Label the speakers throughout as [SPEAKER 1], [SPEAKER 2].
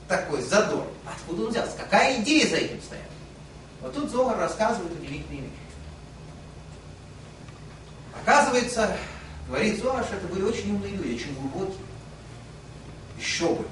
[SPEAKER 1] такой задор? Откуда он взялся? Какая идея за этим стояла? Вот тут Зоар рассказывает удивительные вещи. Оказывается, говорит Зоар, что это были очень умные люди, очень глубокие. Еще бы.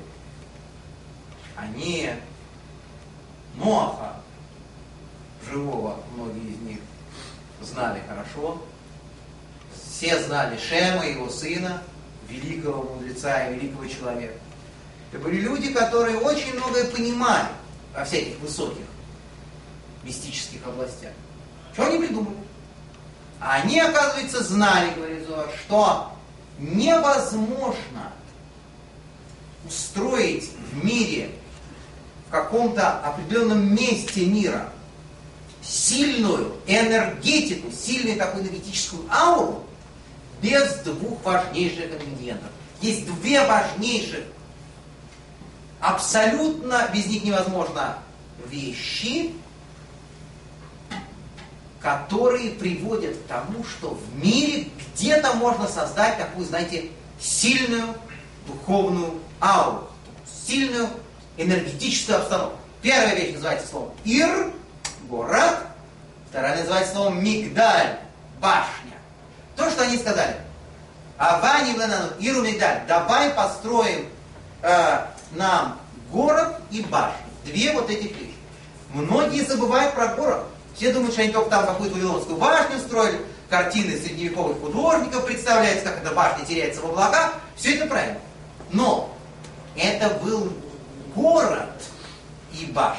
[SPEAKER 1] Они Ноаха, живого, многие из них знали хорошо. Все знали Шема, его сына, великого мудреца и великого человека. Это были люди, которые очень многое понимали во всяких высоких мистических областях. Что они придумали? А они, оказывается, знали, говорит Зоар, что невозможно устроить в мире, в каком-то определенном месте мира, сильную энергетику, сильную такую энергетическую ауру, без двух важнейших ингредиентов. Есть две важнейших, абсолютно без них невозможно, вещи, которые приводят к тому, что в мире где-то можно создать такую, знаете, сильную духовную ауру, сильную энергетическую обстановку. Первая вещь называется словом Ир, город. Вторая называется словом Мигдаль, башня. То, что они сказали. Авани вленану Иру Мигдаль. Давай построим нам город и башню. Две вот этих вещи. Многие забывают про город. Все думают, что они только там какую-то Вавилонскую башню строили, картины средневековых художников представляются, как эта башня теряется в облаках. Все это правильно. Но это был город и башня.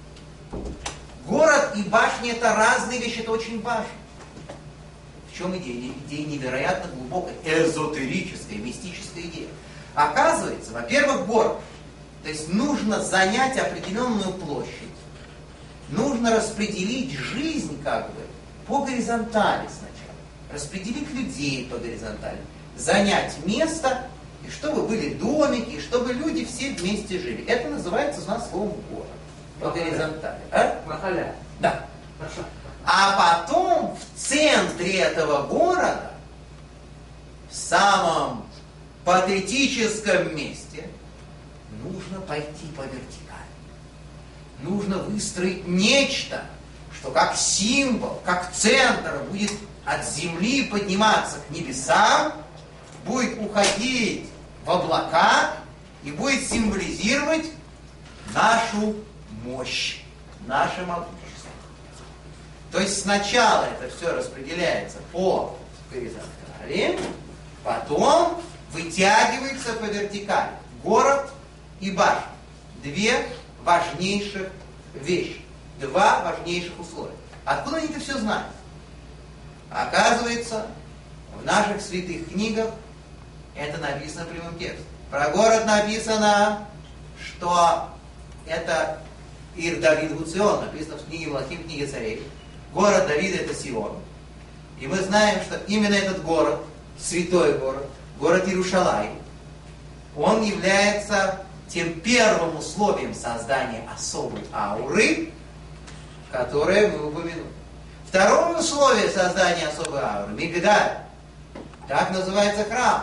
[SPEAKER 1] Город и башня — это разные вещи, это очень важно. В чем идея? Идея невероятно глубокая, эзотерическая, мистическая идея. Оказывается, во-первых, город. То есть нужно занять определенную площадь. Нужно распределить жизнь как бы по горизонтали сначала. Распределить людей по горизонтали. Занять место, и чтобы были домики, и чтобы люди все вместе жили. Это называется у нас словом город. По горизонтали.
[SPEAKER 2] Махаля.
[SPEAKER 1] Да. Хорошо. А потом в центре этого города, в самом патетическом месте, нужно пойти по вертикали. Нужно выстроить нечто, что как символ, как центр будет от земли подниматься к небесам, будет уходить в облака и будет символизировать нашу мощь, наше могущество. То есть сначала это все распределяется по горизонтали, потом вытягивается по вертикали. Город и башня. Две важнейших вещи. Два важнейших условия. Откуда они это все знают? Оказывается, в наших святых книгах это написано прямым текстом. Про город написано, что это Ир Давид Гуцион, написано в книге Млахим, книге царей. Город Давида — это Сион. И мы знаем, что именно этот город, святой город, город Иерушалаим, он является тем первым условием создания особой ауры, которое мы упомянули. Второе условие создания особой ауры — Мигдаль. Так называется храм.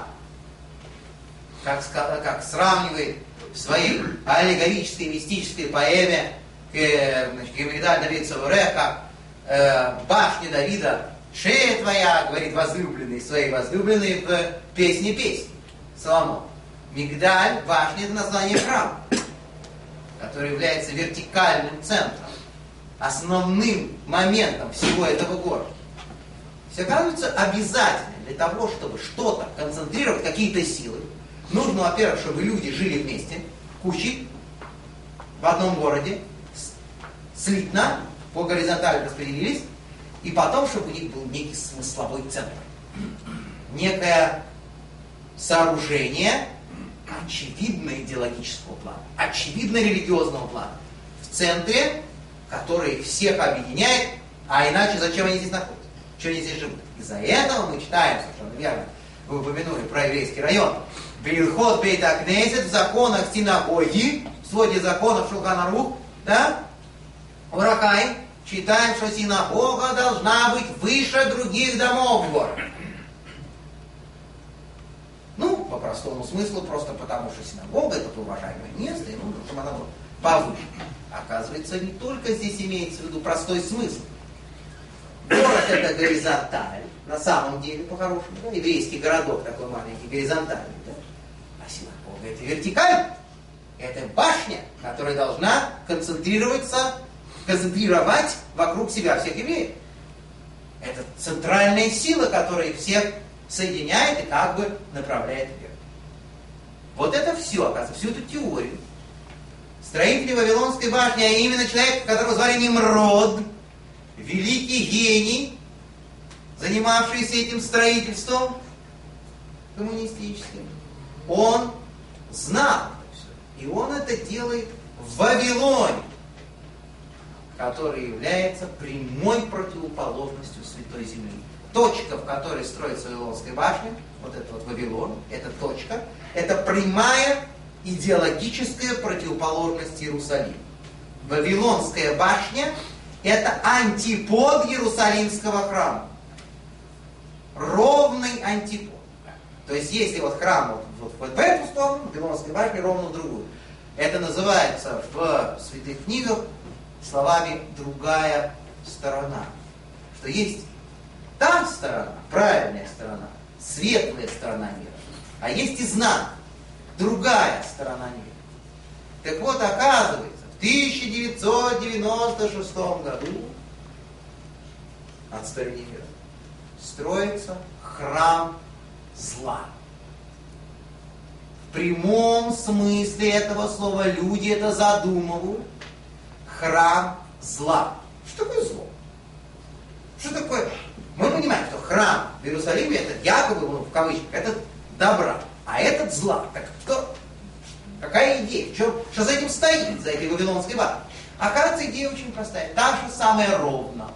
[SPEAKER 1] Как сравнивает в своей аллегорической мистической поэме Мигдаль Давид Савуре, как башня Давида, шея твоя, говорит возлюбленный своей возлюбленной в песне песни Соломон. Мигдаль, башня — это название храма, который является вертикальным центром, основным моментом всего этого города. То есть, оказывается, обязательно для того, чтобы что-то концентрировать, какие-то силы, нужно, во-первых, чтобы люди жили вместе, кучей, в одном городе, слитно, по горизонтали распределились, и потом, чтобы у них был некий смысловой центр. Некое сооружение, очевидно идеологического плана, очевидно религиозного плана, в центре, который всех объединяет, а иначе зачем они здесь находятся? Что они здесь живут? Из-за этого мы читаем, совершенно верно, вы упомянули про еврейский район, Бейлхот Бейт-Акнесет, в законах синагоги, в своде законов Шулхан Арух, да, Уракай, читаем, что синагога должна быть выше других домов в городе. Ну, по простому смыслу, просто потому что синагога это уважаемое место, и нужно, чтобы она была повыше. Оказывается, не только здесь имеется в виду простой смысл. Город это горизонталь, на самом деле, по-хорошему, да? Еврейский городок такой маленький, горизонтальный, да? А синагога это вертикаль, это башня, которая должна концентрировать вокруг себя всех евреев. Это центральная сила, которая всех соединяет и как бы направляет вверх. Вот это все, оказывается, всю эту теорию строители Вавилонской башни, а именно человек, которого звали Нимрод, великий гений, занимавшийся этим строительством коммунистическим, он знал это все. И он это делает в Вавилоне, который является прямой противоположностью Святой Земли. Точка, в которой строится Вавилонская башня, вот это вот Вавилон, эта точка, это прямая идеологическая противоположность Иерусалима. Вавилонская башня – это антипод Иерусалимского храма. Ровный антипод. То есть, если вот храм вот в эту сторону, Вавилонская башня ровно в другую. Это называется в святых книгах словами «другая сторона». Что есть та сторона, правильная сторона, светлая сторона мира, а есть изнанка, другая сторона мира. Так вот, оказывается, в 1996 году от стороны мира строится храм зла. В прямом смысле этого слова люди это задумывают. Храм зла. Что такое зло? Что такое? Мы понимаем, что храм в Иерусалиме это якобы, в кавычках, это добра, а этот зла. Так кто? Какая идея? Что за этим стоит, за этой Вавилонской башней? Оказывается, идея очень простая. Та же самая ровно.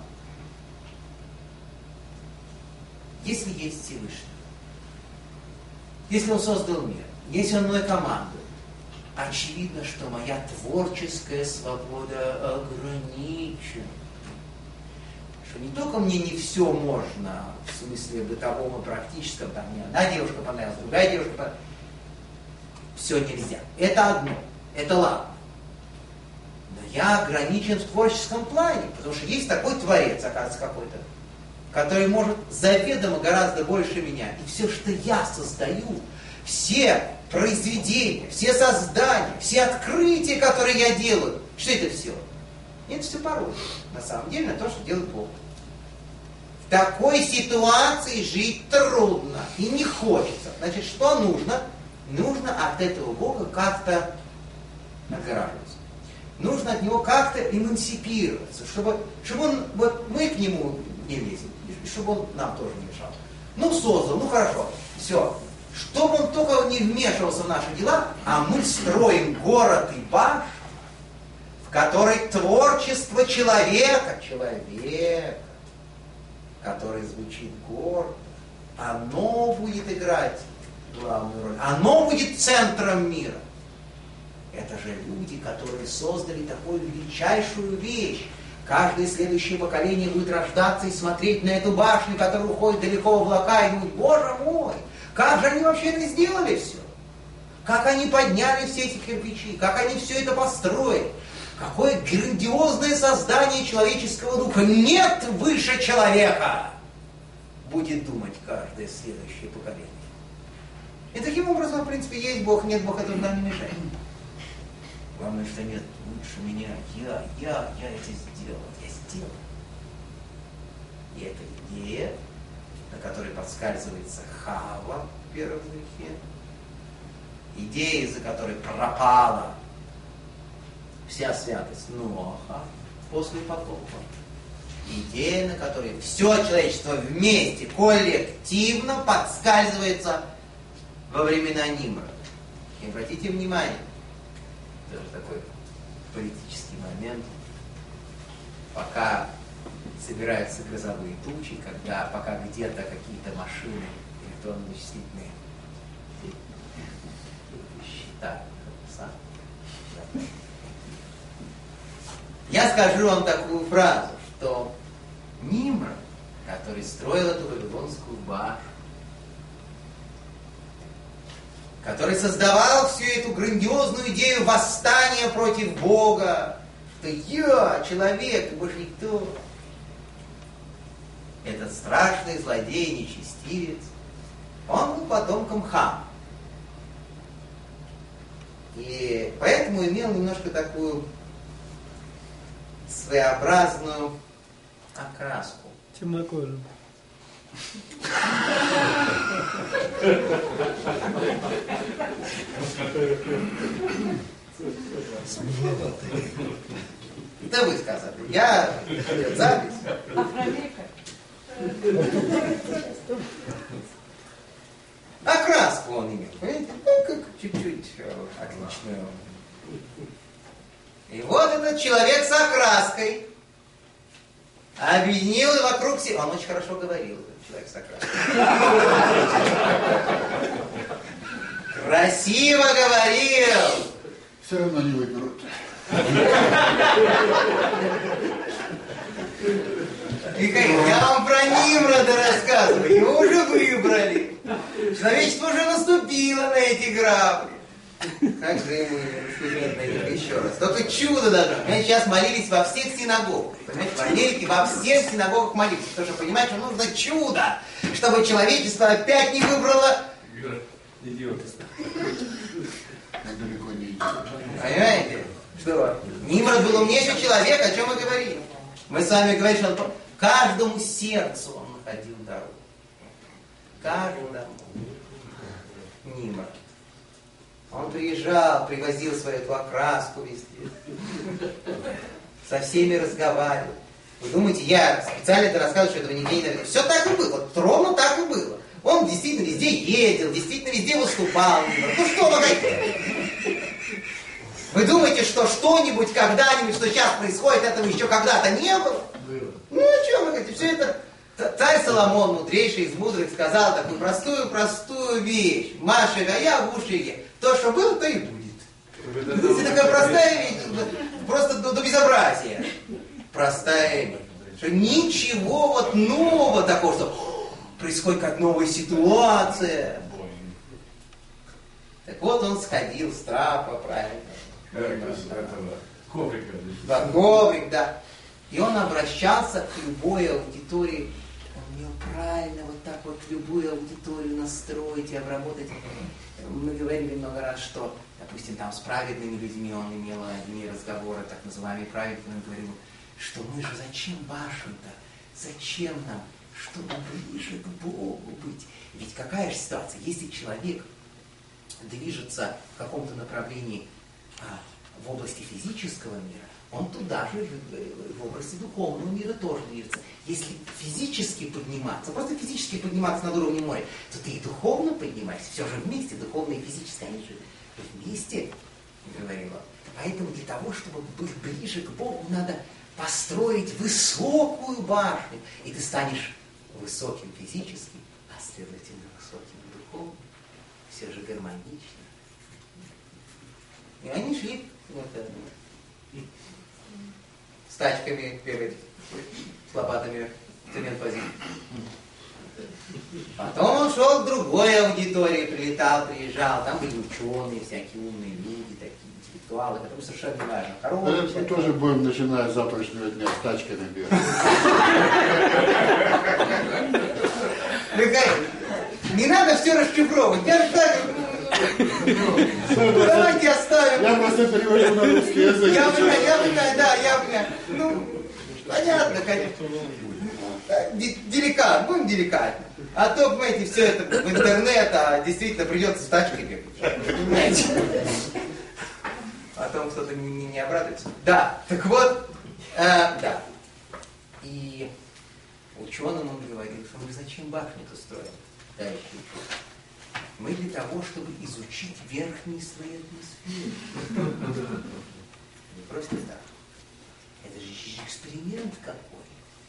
[SPEAKER 1] Если есть Всевышний, если Он создал мир, если Он мной командует, очевидно, что моя творческая свобода ограничена. Что не только мне не все можно, в смысле бытовом и практическом, там мне одна девушка понравилась, другая девушка понравилась. Все нельзя. Это одно. Это ладно. Но я ограничен в творческом плане, потому что есть такой творец, оказывается, какой-то, который может заведомо гораздо больше меня. И все, что я создаю, все произведения, все создания, все открытия, которые я делаю, что это все? Это все порой. На самом деле, то, что делает Бог. В такой ситуации жить трудно и не хочется. Значит, что нужно? Нужно от этого Бога как-то отгораживаться. Нужно от Него как-то эмансипироваться, чтобы он, вот мы к Нему не лезем, и чтобы Он нам тоже не мешал. Ну, создал, ну хорошо, все. Чтобы Он только не вмешивался в наши дела, а мы строим город и башню, в которой творчество человека, который звучит гордо, оно будет играть главную роль. Оно будет центром мира. Это же люди, которые создали такую величайшую вещь. Каждое следующее поколение будет рождаться и смотреть на эту башню, которая уходит далеко в облака, и думать: Боже мой, как же они вообще это сделали все? Как они подняли все эти кирпичи? Как они все это построили? Какое грандиозное создание человеческого духа! Нет выше человека! Будет думать каждое следующее поколение. И таким образом, в принципе, есть Бог, нет Бог, это нам не мешает. Главное, что нет лучше меня. Я это сделал. Я сделал. И эта идея, на которой подскальзывается Хава в первом грехе, идея, из-за которой пропала вся святость Ноаха после потопа, идея, на которой все человечество вместе, коллективно подскальзывается во времена Нимрода. И обратите внимание, даже такой политический момент, пока собираются грозовые тучи, пока где-то какие-то машины электронно-вычислительные считают. Я скажу вам такую фразу, что Нимрод, который строил эту Вавилонскую башню, который создавал всю эту грандиозную идею восстания против Бога, что я человек, и больше никто. Этот страшный злодей, нечестивец, он был потомком Хама. И поэтому имел немножко такую своеобразную окраску.
[SPEAKER 2] Темнокожий.
[SPEAKER 1] Да вы сказали. Я запись.
[SPEAKER 3] Афроамерика.
[SPEAKER 1] Окраску он имел. Понимаете? Ну, как чуть-чуть отличную. И вот этот человек с окраской объединил и вокруг себя. Он очень хорошо говорил, этот человек с окраской. Красиво говорил.
[SPEAKER 4] Все равно не выберут.
[SPEAKER 1] Михаил, я вам про Нимрода рассказываю. Его уже выбрали. Человечество уже наступило на эти грабли. Как же ему не наступить на них еще раз? Только чудо даже. Мы сейчас молились во всех синагогах. Понимаете, в Америке во всех синагогах молились. Потому что, понимаете, что нужно чудо, чтобы человечество опять не выбрало...
[SPEAKER 5] Идиоты.
[SPEAKER 4] Далеко не идет.
[SPEAKER 1] Понимаете? Что? Нимрод был умнейший человек, о чем мы говорим. Мы с вами говорим, что он каждому сердцу он находил дорогу. Каждому. Нимрод. Он приезжал, привозил свою эту окраску везде. Со всеми разговаривал. Вы думаете, я специально это рассказываю, что этого нигде не написано. Все так и было. Вот ровно так и было. Он действительно везде ездил, действительно везде выступал. Ну что вы хотите? Вы думаете, что что-нибудь, когда-нибудь, что сейчас происходит, этого еще когда-то не было? Ну, о чем вы хотите? Все это... Царь Соломон, мудрейший из мудрых, сказал такую простую вещь. Маша, а я в уши ей. То, что было, то и будет. Это такая простая вещь, просто до безобразия. Простая вещь. Что ничего вот нового такого, что происходит как новая ситуация. Так вот он сходил с трапа, правильно.
[SPEAKER 5] Коврика.
[SPEAKER 1] Да, коврик, да. И он обращался к любой аудитории. Он умел правильно вот так вот любую аудиторию настроить и обработать. Мы говорили много раз, что, допустим, там с праведными людьми он имел одни разговоры, так называемые праведные, он говорил, что мы же зачем башен-то? Зачем нам? Чтобы ближе к Богу быть. Ведь какая же ситуация? Если человек движется в каком-то направлении в области физического мира, он туда же, в области духовного мира тоже движется. Если физически подниматься, просто физически подниматься над уровнем моря, то ты и духовно поднимаешься, все же вместе, духовное и физическое, они же вместе, говорила. Поэтому для того, чтобы быть ближе к Богу, надо построить высокую башню, и ты станешь высоким физически, а следовательно высоким духовным. Все же гармонично. И они шли вот с тачками бегать, с лопатами цемент возить. Потом он шел к другой аудитории, приезжал, там были ученые, всякие умные люди, такие интеллектуалы, которые совершенно не важно.
[SPEAKER 4] Это мы тоже будем, начиная с завтрашнего дня, с тачками бегать.
[SPEAKER 1] Не надо все расшифровывать, я же так... Давайте оставим.
[SPEAKER 4] Я просто перевожу на русский язык.
[SPEAKER 1] Я понимаю. Ну, понятно, конечно. Деликатно, будем деликатно. А то, понимаете, все это в интернет, а действительно придется с тачкой бегать. Понимаете? Потом кто-то не обрадуется. Да, так вот, да. И ученым он говорил, что мы зачем башню-то строим? Дальше. Мы для того, чтобы изучить верхние слои атмосферы. Не просто так. Это же эксперимент какой.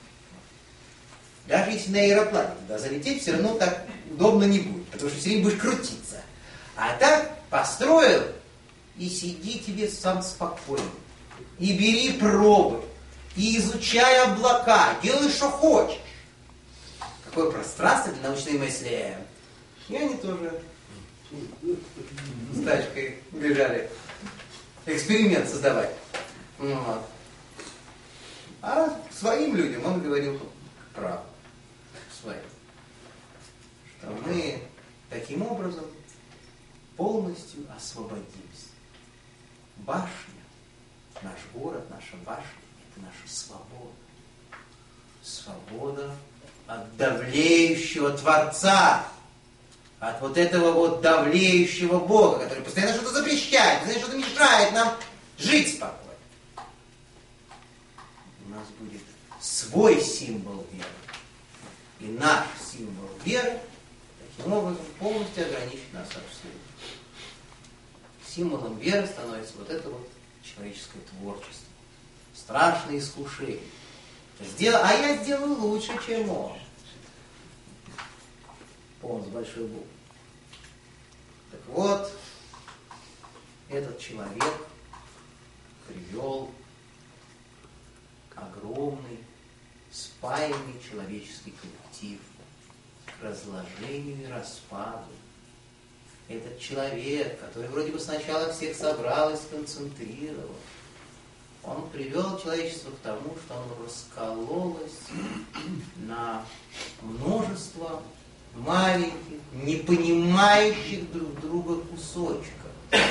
[SPEAKER 1] Даже если на аэроплане туда залететь, все равно так удобно не будет, потому что все время будешь крутиться. А так построил, и сиди тебе сам спокойно. И бери пробы, и изучай облака, делай, что хочешь. Какое пространство для научной мысли. И они тоже с тачкой бежали эксперимент создавать. Вот. А своим людям он говорил правду. Своим. Что мы таким образом полностью освободимся. Башня, наш город, наша башня — это наша свобода. Свобода от давлеющего Творца, от вот этого вот давлеющего Бога, который постоянно что-то запрещает, постоянно что-то мешает нам жить спокойно. У нас будет свой символ веры. И наш символ веры таким образом полностью ограничит нас от всего. Символом веры становится вот это вот человеческое творчество. Страшное искушение. А я сделаю лучше, чем он. Он с большой буквы. Так вот, этот человек привел огромный, спаянный человеческий коллектив к разложению и распаду. Этот человек, который вроде бы сначала всех собрал и сконцентрировал, он привел человечество к тому, что оно раскололось на множество маленьких, не понимающих друг друга кусочков.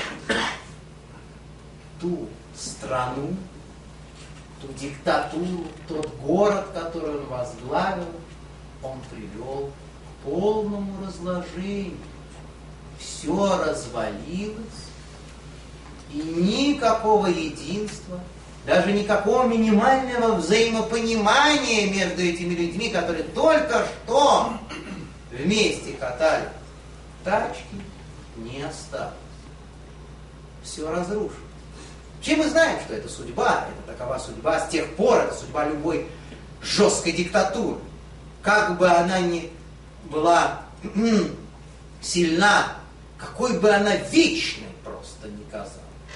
[SPEAKER 1] Ту страну, ту диктатуру, тот город, который он возглавил, он привел к полному разложению. Все развалилось, и никакого единства, даже никакого минимального взаимопонимания между этими людьми, которые только что вместе катали тачки, не осталось. Все разрушилось. Чем мы знаем, что это судьба, это такова судьба с тех пор, это судьба любой жесткой диктатуры. Как бы она ни была сильна, какой бы она вечной просто ни казалась,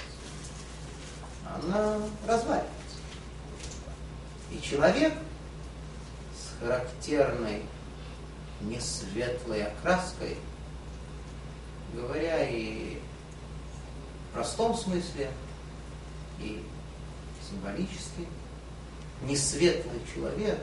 [SPEAKER 1] она разваливается. И человек с характерной несветлой окраской, говоря и в простом смысле, и символически, несветлый человек,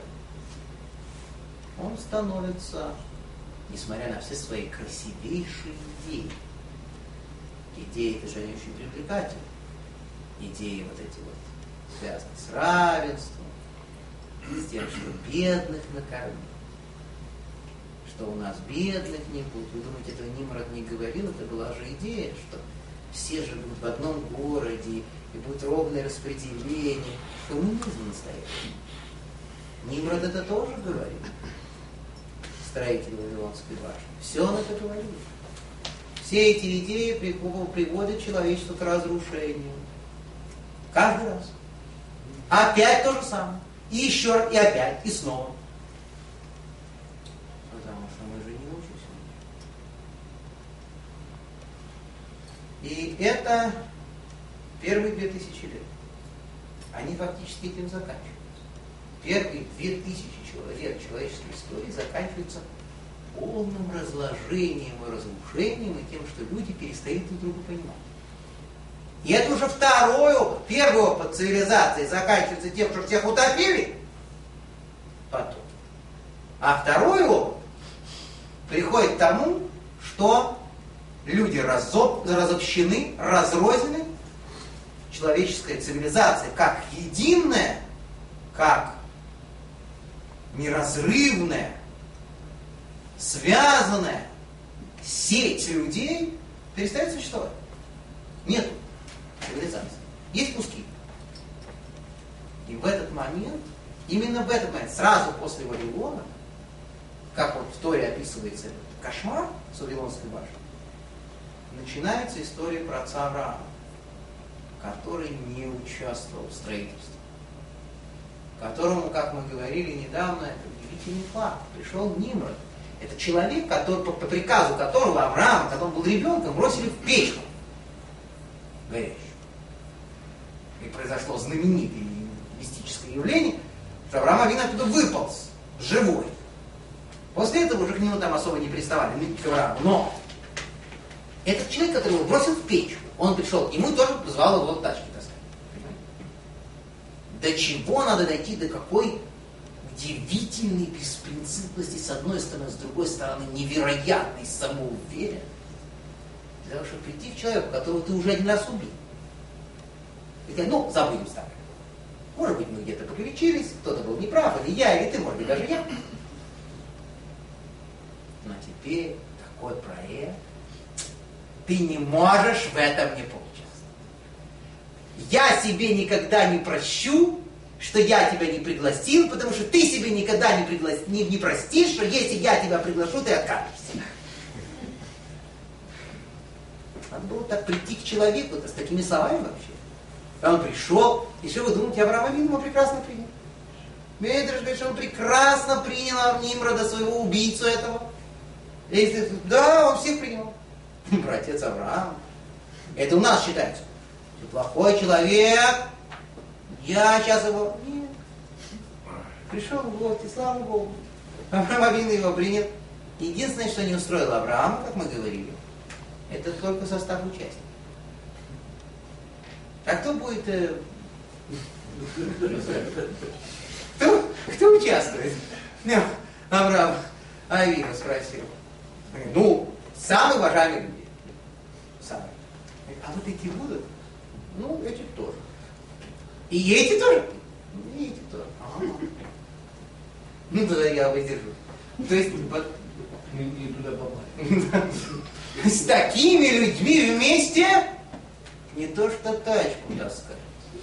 [SPEAKER 1] он становится, несмотря на все свои красивейшие идеи, идеи-то же они очень привлекательны, идеи вот эти вот связаны с равенством, с тем, что бедных накормить, что у нас бедных не будет. Вы думаете, этого Нимрод не говорил? Это была же идея, что все живут в одном городе, и будет ровное распределение. Коммунизм настоящий. Нимрод это тоже говорил. Строитель Вавилонской башни. Все он это говорил. Все эти идеи приводят человечество к разрушению. Каждый раз. Опять то же самое. И еще раз, и опять, и снова. Потому что мы же не учимся. И это первые 2000 лет. Они фактически этим заканчиваются. Первые 2000 лет человеческой истории заканчиваются полным разложением и разрушением и тем, что люди перестают друг друга понимать. И это уже первый опыт цивилизации заканчивается тем, что всех утопили потом. А второй опыт приходит к тому, что люди разобщены, разрознены, человеческая цивилизация как единая, как неразрывная, связанная сеть людей перестает существовать. Нет цивилизации. Есть куски. И в этот момент, именно в этот момент, сразу после Вавилона, как вот в Торе описывается этот кошмар с Вавилонской башней, начинается история про отца Авраама, который не участвовал в строительстве, которому, как мы говорили недавно, это удивительный факт, пришел Нимрод. Это человек, который, по приказу которого Авраама, когда он был ребенком, бросили в печку горящую. И произошло знаменитое мистическое явление, что Авраам Авин оттуда выполз, живой. После этого уже к нему там особо не приставали, к Аврааму. Но Этот человек, который его бросил в печку, он пришел к нему и тоже позвал его в тачке таскать. До чего надо дойти, до какой удивительной беспринципности с одной стороны, с другой стороны невероятной самоуверенности, для того, чтобы прийти к человеку, которого ты уже один раз убил. И сказать, ну, забудем старое. Может быть, мы где-то погорячились, кто-то был неправ, или я, или ты, может быть, даже я. Но теперь такой проект, ты не можешь в этом не поучаствовать. Я себе никогда не прощу, что я тебя не пригласил, потому что ты себе никогда не простишь, что если я тебя приглашу, ты откажешься. Надо было так прийти к человеку, с такими словами вообще. А он пришел, и что вы думаете, Авраам Авину его прекрасно принял. Медраш говорит, что он прекрасно принял Нимрода, своего убийцу этого. И, да, он всех принял. Братец Авраам. Это у нас считается. Ты плохой человек. Я сейчас его... Нет. Пришел в гости, слава Богу. Авраам Авину его принял. Единственное, что не устроило Авраама, как мы говорили, это только состав участников. А кто будет... Кто участвует? Авраам Авину спросил. Ну, самые уважаемые люди. Самые. А вот эти будут? Ну, эти тоже. И эти тоже? И эти тоже. Ага. Ну, тогда я выдержу. То есть, вот...
[SPEAKER 5] Мы не туда попали.
[SPEAKER 1] С такими людьми вместе не то что тачку таскать.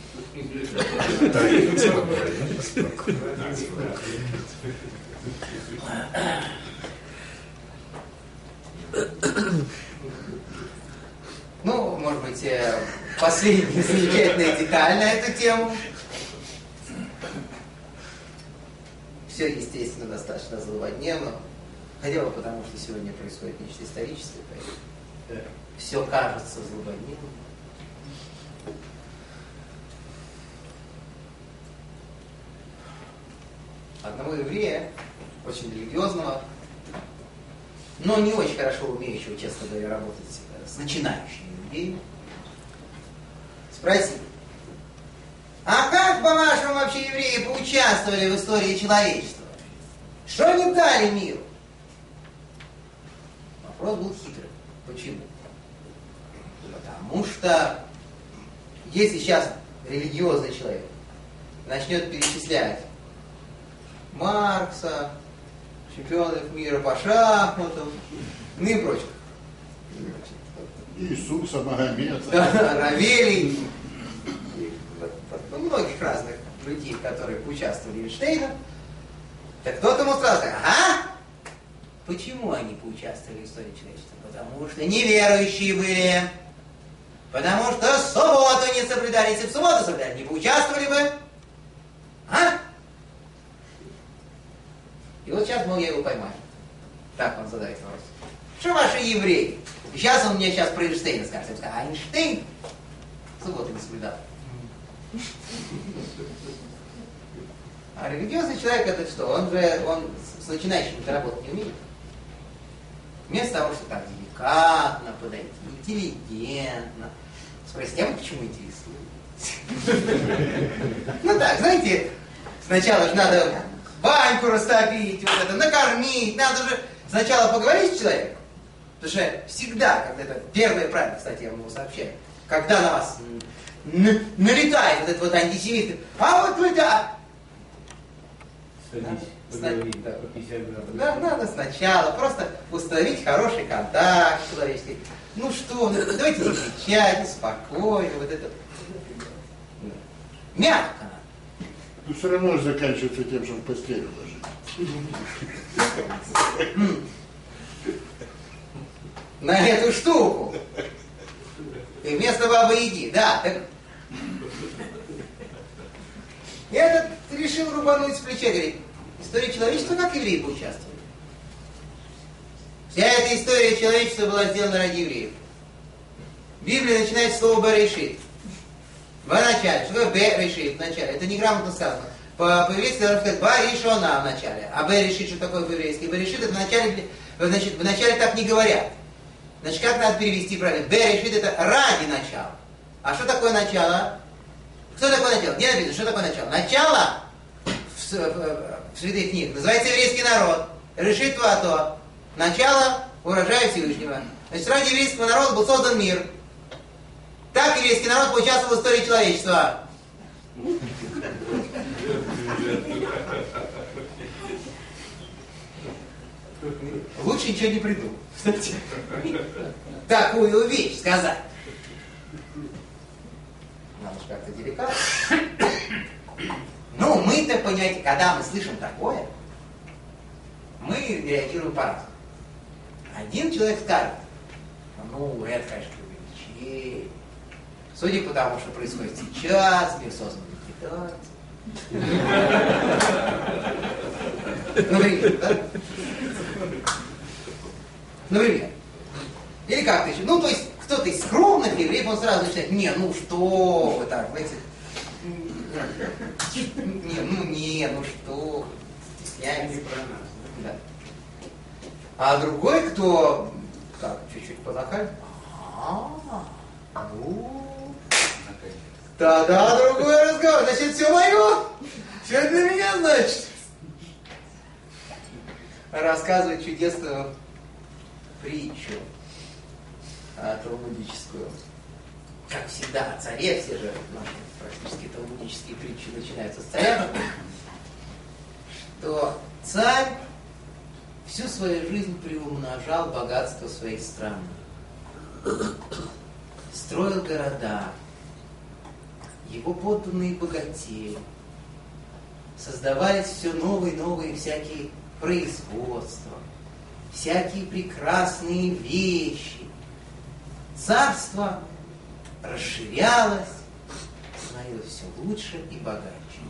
[SPEAKER 1] Ну, может быть, последняя замечательная деталь на эту тему. Все, естественно, достаточно злободневно. Хотя бы потому, что сегодня происходит нечто историческое, поэтому все кажется злободневным. Одного еврея, очень религиозного, но не очень хорошо умеющего, честно говоря, работать с начинающими людьми, спросили: а как, по-вашему, вообще евреи поучаствовали в истории человечества? Что они дали миру? Вопрос был хитрый. Почему? Потому что если сейчас религиозный человек начнет перечислять Маркса, чемпионов мира по шахматам, ну и прочих.
[SPEAKER 4] Иисуса, Магомета.
[SPEAKER 1] Равелий. Многих разных людей, которые поучаствовали в Эйнштейна. Так кто-то ему сразу сказал: ага, почему они поучаствовали в истории человечества? Потому что неверующие были. Потому что субботу не соблюдали. Если бы субботу соблюдали, не поучаствовали бы. А? И вот сейчас, мол, я его поймаю. Так он задает вопрос. Что ваши евреи? И сейчас он мне про Эйнштейна скажет. Я скажу: а Эйнштейн субботу не соблюдал. А религиозный человек это что? Он с начинающими-то работать не умеет. Вместо того, чтобы так деликатно подойти, интеллигентно спросить: а вы почему интересуетесь? Ну так, знаете, сначала же надо баньку растопить, вот это, накормить, надо же сначала поговорить с человеком. Потому что всегда, когда это первое правило, кстати, я вам его сообщаю, когда на вас налетает вот этот вот антисемит, а вот вы да. Да, надо сначала просто установить хороший контакт человеческий. Ну что, давайте не кричать, спокойно, вот это. Мягко.
[SPEAKER 4] Ну все равно же заканчивается тем, что в постель ложить.
[SPEAKER 1] На эту штуку. И вместо бабы Яги, да. Так... Я этот решил рубануть с плеча, говорит: история человечества, как евреи поучаствовали? Вся эта история человечества была сделана ради евреев. Библия начинает с слова «Берешит». В начале. Что такое «Берешит» в начале? Это неграмотно сказано. По-еврейски должно сказать «Баришона» в начале. А «Берешит» что такое по-еврейски? «Берешит» это в начале так не говорят. Значит, как надо перевести правильно? Берешит это ради начала. А что такое начало? Что такое начало? Где написано, что такое начало? Начало в святых книгах называется еврейский народ. Решит то. Начало урожая Всевышнего. Значит, ради еврейского народа был создан мир. Так еврейский народ поучаствовал в истории человечества. Лучше ничего не придумал. Такую вещь сказать. Надо же как-то деликатно. Ну, мы-то, понимаете, когда мы слышим такое, мы реагируем по-разному. Один человек скажет, ну, это, конечно, увеличение. Судя по тому, что происходит сейчас, мир создан для китайцев. Например, да? Например. Или как-то еще. Ну, то есть, кто-то из скромных евреев, он сразу начинает, не, ну что вы так, знаете, ну что, стесняетесь. Да. А другой, кто так, чуть-чуть понахаль, ну, тогда другой разговор, значит, все мое, все это для меня значит. Рассказывает чудесную притчу талмудическую. Как всегда, о царе, все же наши практически талмудические притчи начинаются с царя, что царь всю свою жизнь приумножал богатство своей страны. Строил города, его подданные богатели, создавались все новые и новые всякие производства, всякие прекрасные вещи. Царство расширялось, становилось все лучше и богаче.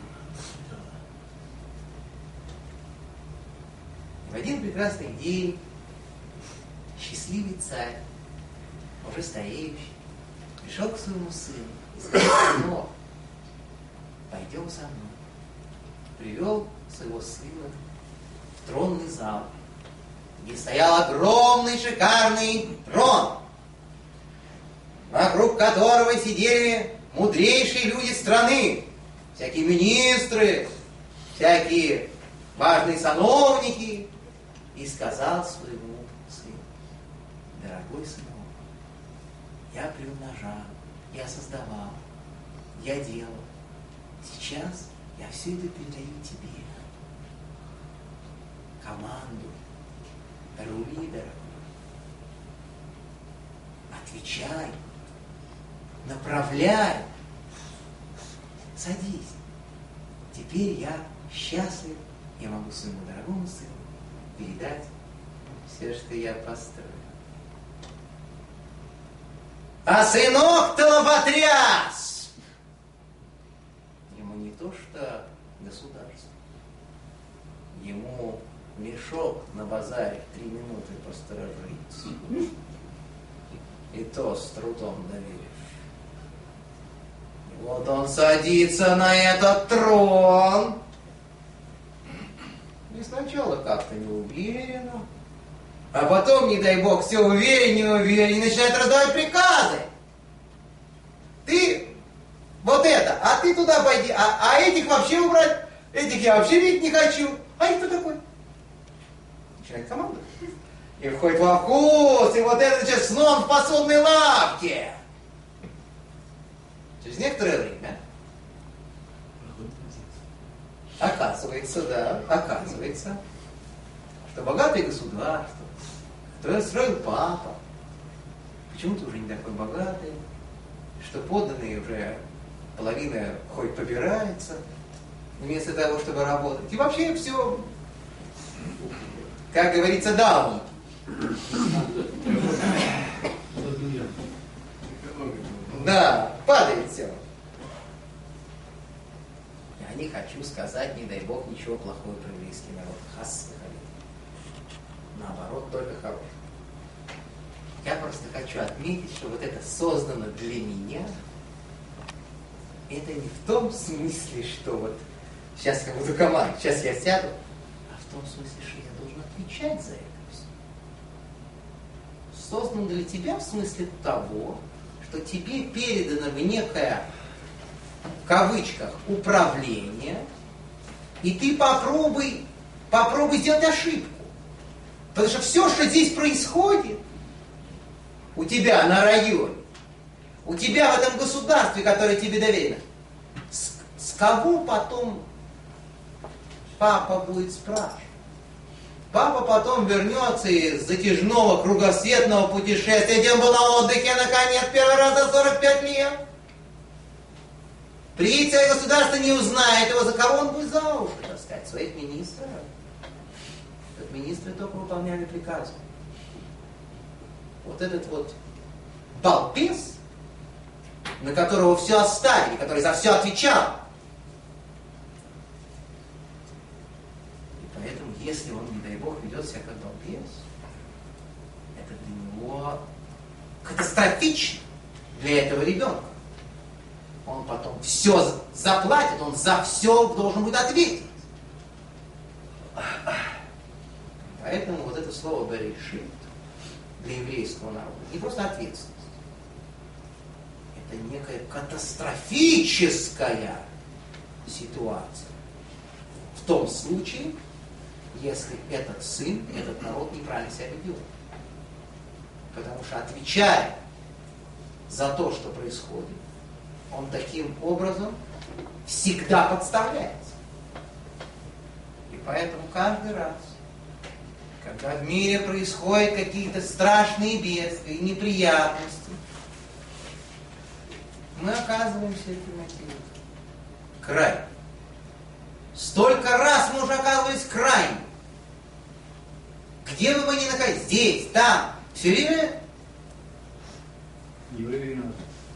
[SPEAKER 1] В один прекрасный день счастливый царь, уже стареющий, пришел к своему сыну и сказал: сынок, пойдем со мной. Привел своего сына в тронный зал, где стоял огромный шикарный трон, вокруг которого сидели мудрейшие люди страны, всякие министры, всякие важные сановники, и сказал своему сыну: дорогой сынок, я приумножал, я создавал, я делал. Сейчас я все это передаю тебе. Командуй, рули, дорогой. Отвечай, направляй. Садись. Теперь я счастлив, я могу своему дорогому сыну передать все, что я построю. А сынок-то лоботряс! Ему не то что государство, ему мешок на базаре 3 минуты посторожить. И то с трудом доверишь. И вот он садится на этот трон. И сначала как-то неуверенно, а потом, не дай бог, все увереннее, начинает раздавать приказы. Ты вот это, а ты туда пойди, а этих вообще убрать, этих я вообще видеть не хочу. А их кто такой? Начинает командовать. И входит во вкус, и вот это сейчас сном в посудной лавке. Через некоторое время оказывается, что богатое государство, которое строил папа, почему-то уже не такой богатый, что подданные уже половина хоть побирается, вместо того, чтобы работать. И вообще все, как говорится, даун. Да, падает все. Я не хочу сказать, не дай бог, ничего плохого про еврейский народ. Хас выходит. Наоборот, только хороший. Я просто хочу отметить, что вот это создано для меня. Это не в том смысле, что вот сейчас я буду командовать, сейчас я сяду, а в том смысле, что я должен отвечать за это все. создан для тебя в смысле того, что тебе передано в некое, в кавычках, управление, и ты попробуй сделать ошибку. Потому что все, что здесь происходит, у тебя на районе, у тебя в этом государстве, которое тебе доверено, с кого потом папа будет спрашивать? Папа потом вернется из затяжного кругосветного путешествия, где он был на отдыхе, наконец, первый раз за 45 лет. Приедет свое государство, не узнает его, за кого он будет за уши таскать? Своих министров. Как министры только выполняли приказы. Вот этот вот балбес, на которого все оставили, который за все отвечал. И поэтому, если он, не дай бог, ведет себя как балбес, это для него катастрофично, для этого ребенка. Он потом все заплатит, он за все должен будет ответить. Поэтому вот это слово «берешит» для еврейского народа не просто ответственность. Это некая катастрофическая ситуация. В том случае, если этот сын, этот народ неправильно себя ведет. Потому что, отвечая за то, что происходит, он таким образом всегда подставляется. И поэтому каждый раз, когда в мире происходят какие-то страшные бедствия и неприятности, мы оказываемся этим крайне. Столько раз мы уже оказывались крайне. Где бы мы ни находились, здесь, там, все время
[SPEAKER 5] Евреи надо.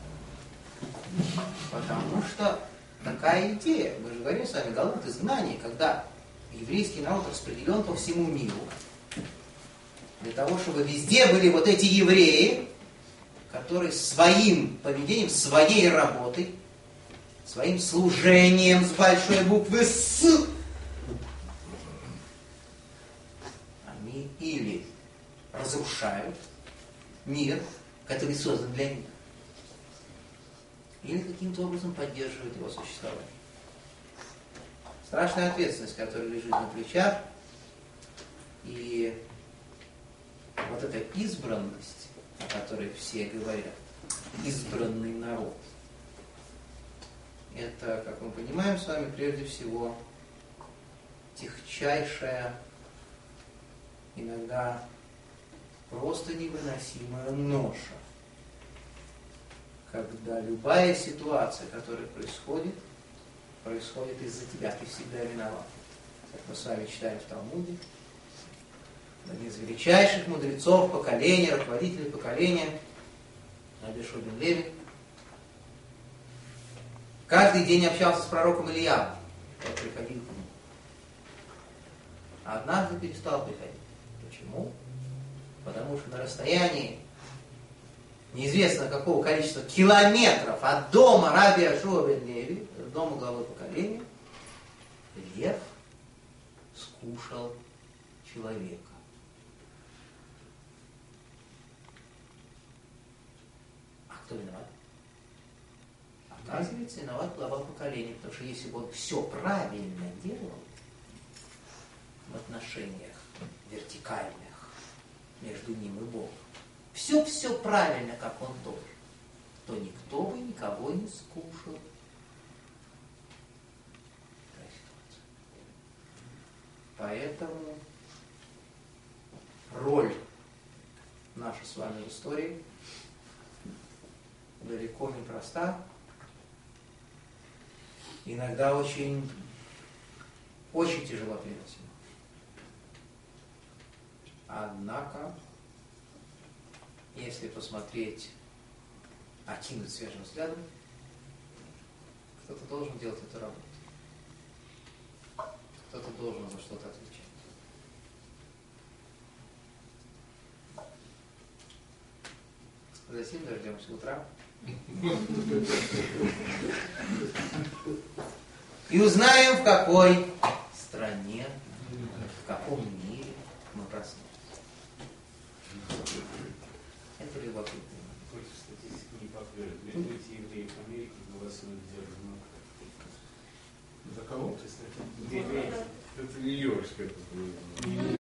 [SPEAKER 1] Потому что такая идея, мы же говорим с вами, галут изгнания, когда еврейский народ распределен по всему миру, для того, чтобы везде были вот эти евреи, которые своим поведением, своей работой, своим служением с большой буквы «С», они или разрушают мир, который создан для них, или каким-то образом поддерживают его существование. Страшная ответственность, которая лежит на плечах, и вот эта избранность, о которой все говорят, избранный народ, это, как мы понимаем с вами, прежде всего, техчайшая, иногда просто невыносимая ноша, когда любая ситуация, которая происходит из-за тебя, ты всегда виноват. Как мы с вами читаем в Талмуде, один из величайших мудрецов поколения, руководителей поколения, Раби Йошуа бен Леви, каждый день общался с пророком Ильявом, тот приходил к нему. А однажды перестал приходить. Почему? Потому что на расстоянии неизвестно какого количества километров от дома Раби Йошуа бен Леви, дома главы поколения, лев скушал человека. А кто виноват? Оказывается, виноват глава поколения, потому что если бы он все правильно делал в отношениях вертикальных между ним и Богом, все правильно, как он должен, то никто бы никого не скушал. Поэтому роль наша с вами в истории далеко не проста. Иногда очень тяжело переносима. Однако, если посмотреть, окинуть свежим взглядом, кто-то должен делать эту работу. Кто-то должен за что-то отвечать. Затем дождемся утра. И узнаем, в какой стране, в каком мире мы проснулись.
[SPEAKER 5] Кого?
[SPEAKER 2] Это нью-йоркская.